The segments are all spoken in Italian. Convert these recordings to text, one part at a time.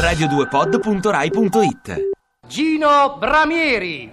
radio2pod.rai.it. Gino Bramieri.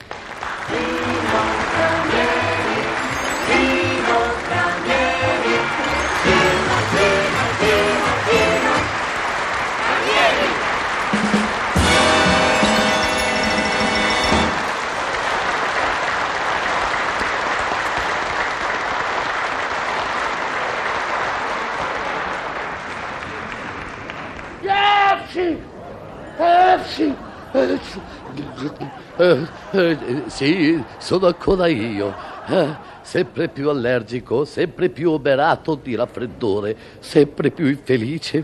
Sì, sono ancora io. Sempre più allergico, sempre più oberato di raffreddore, sempre più infelice.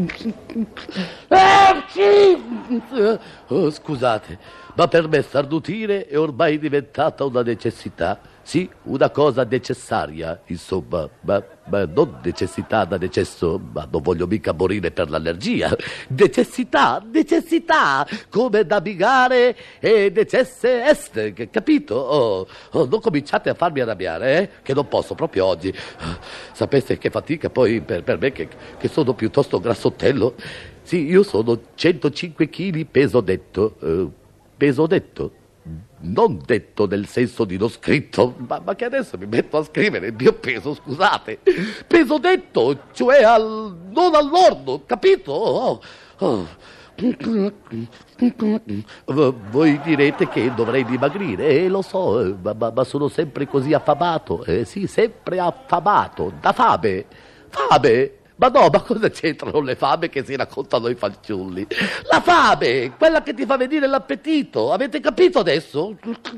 Scusate, ma per me starnutire è ormai diventata una necessità. Sì, una cosa necessaria, insomma, ma non necessità da necesso, ma non voglio mica morire per l'allergia. Necessità, come navigare e necesse est, capito? Non cominciate a farmi arrabbiare, che non posso proprio oggi. Sapeste che fatica poi per me che sono piuttosto grassottello. Sì, io sono 105 kg peso netto, non detto nel senso di non scritto, ma che adesso mi metto a scrivere il mio peso, scusate. Peso netto, cioè non all'ordo, capito? Voi direte che dovrei dimagrire, lo so, ma sono sempre così affamato. Sì, sempre affamato, da fame. Ma no, ma cosa c'entrano le fame che si raccontano i fanciulli? La fame, quella che ti fa venire l'appetito, avete capito adesso?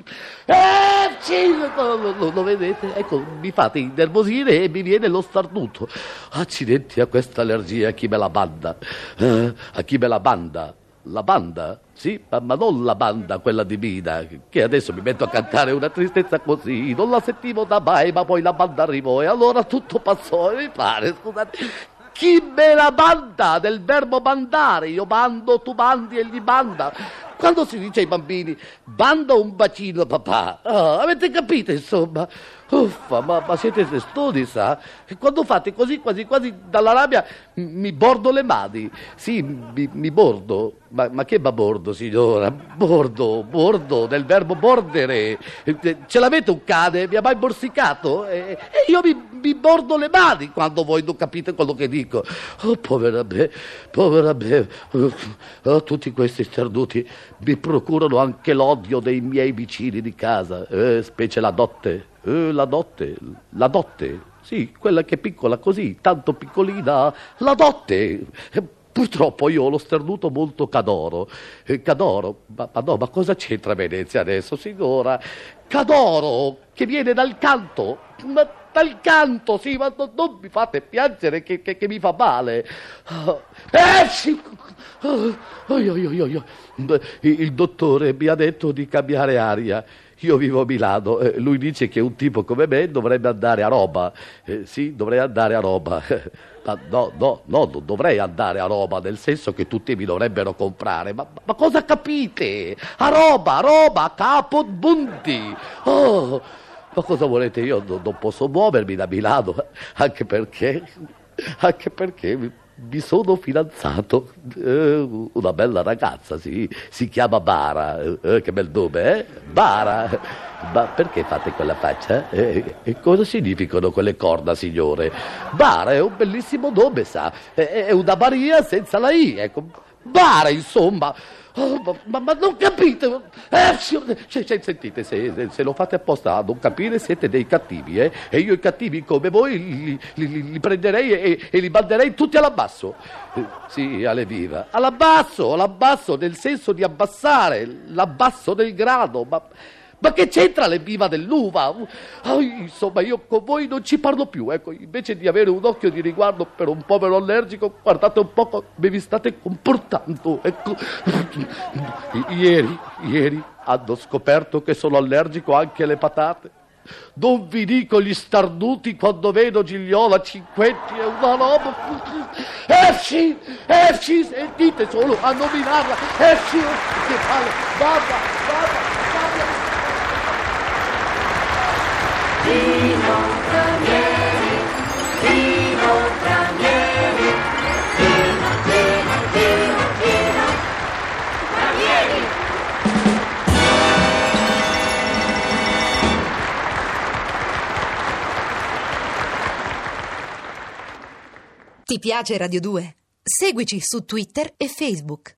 Lo vedete? Ecco, mi fate innervosire e mi viene lo starnuto. Accidenti a questa allergia, a chi me la manda? A chi me la manda? La banda? Sì, ma non la banda, quella di Mina, che adesso mi metto a cantare una tristezza così, non la sentivo da mai, ma poi la banda arrivò e allora tutto passò e mi pare, scusate. Chi me la manda? Del verbo mandare, io mando, tu mandi e gli manda. Quando si dice ai bambini, banda un bacino papà, avete capito insomma? Uffa, ma siete testoni, sa? Quando fate così quasi dalla rabbia mi bordo le mani. Sì, mi bordo. Ma che bordo, signora? Bordo, del verbo bordere. Ce l'avete un cane? Mi ha mai borsicato? E io mi bordo le mani quando voi non capite quello che dico. Povera me. Tutti questi starnuti mi procurano anche l'odio dei miei vicini di casa, specie la dotte. La dotte, sì, quella che è piccola così, tanto piccolina, la dotte. Purtroppo io ho lo starnuto molto cadoro, ma cosa c'entra Venezia adesso, signora? Cadoro, che viene dal canto, sì, ma non mi fate piangere che mi fa male. Sì. Il dottore mi ha detto di cambiare aria. Io vivo a Milano, lui dice che un tipo come me dovrebbe andare a Roma. Sì, dovrei andare a Roma. No, non dovrei andare a Roma, nel senso che tutti mi dovrebbero comprare. Ma cosa capite? A Roma, Capodmundi. Ma cosa volete? Io non posso muovermi da Milano, anche perché mi sono fidanzato, una bella ragazza, sì, si chiama Bara, che bel nome, Bara. Ma perché fate quella faccia? E cosa significano quelle corna, signore? Bara è un bellissimo nome, sa, è una Maria senza la I, ecco, Bara, insomma. Ma non capite? Sentite, se lo fate apposta a non capire siete dei cattivi, e io i cattivi come voi li prenderei e li manderei tutti all'abbasso. Sì, alle viva. All'abbasso nel senso di abbassare, l'abbasso del grado, ma che c'entra l'evviva dell'uva? Insomma, io con voi non ci parlo più, ecco, invece di avere un occhio di riguardo per un povero allergico, guardate un po' come vi state comportando, ecco. Ieri hanno scoperto che sono allergico anche alle patate. Non vi dico gli starnuti quando vedo Gigliola Cinquetti, è una roba. Esci, sentite solo a nominarla. Esci, che palle, vada. Gino Bramieri, Gino Bramieri, Gino. Ti piace Radio 2? Seguici su Twitter e Facebook.